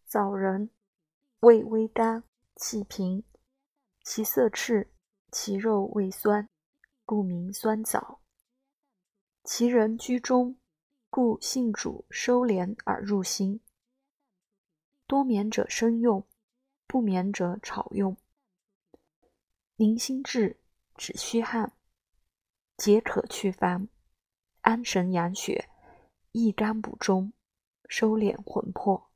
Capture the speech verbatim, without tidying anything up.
枣仁，味微甘，气平，其色赤，其肉味酸，故名酸枣。其人居中，故性主收敛而入心。多眠者生用，不眠者炒用。宁心志，止虚汗，解渴祛烦，安神养血，益肝补中，收敛魂魄。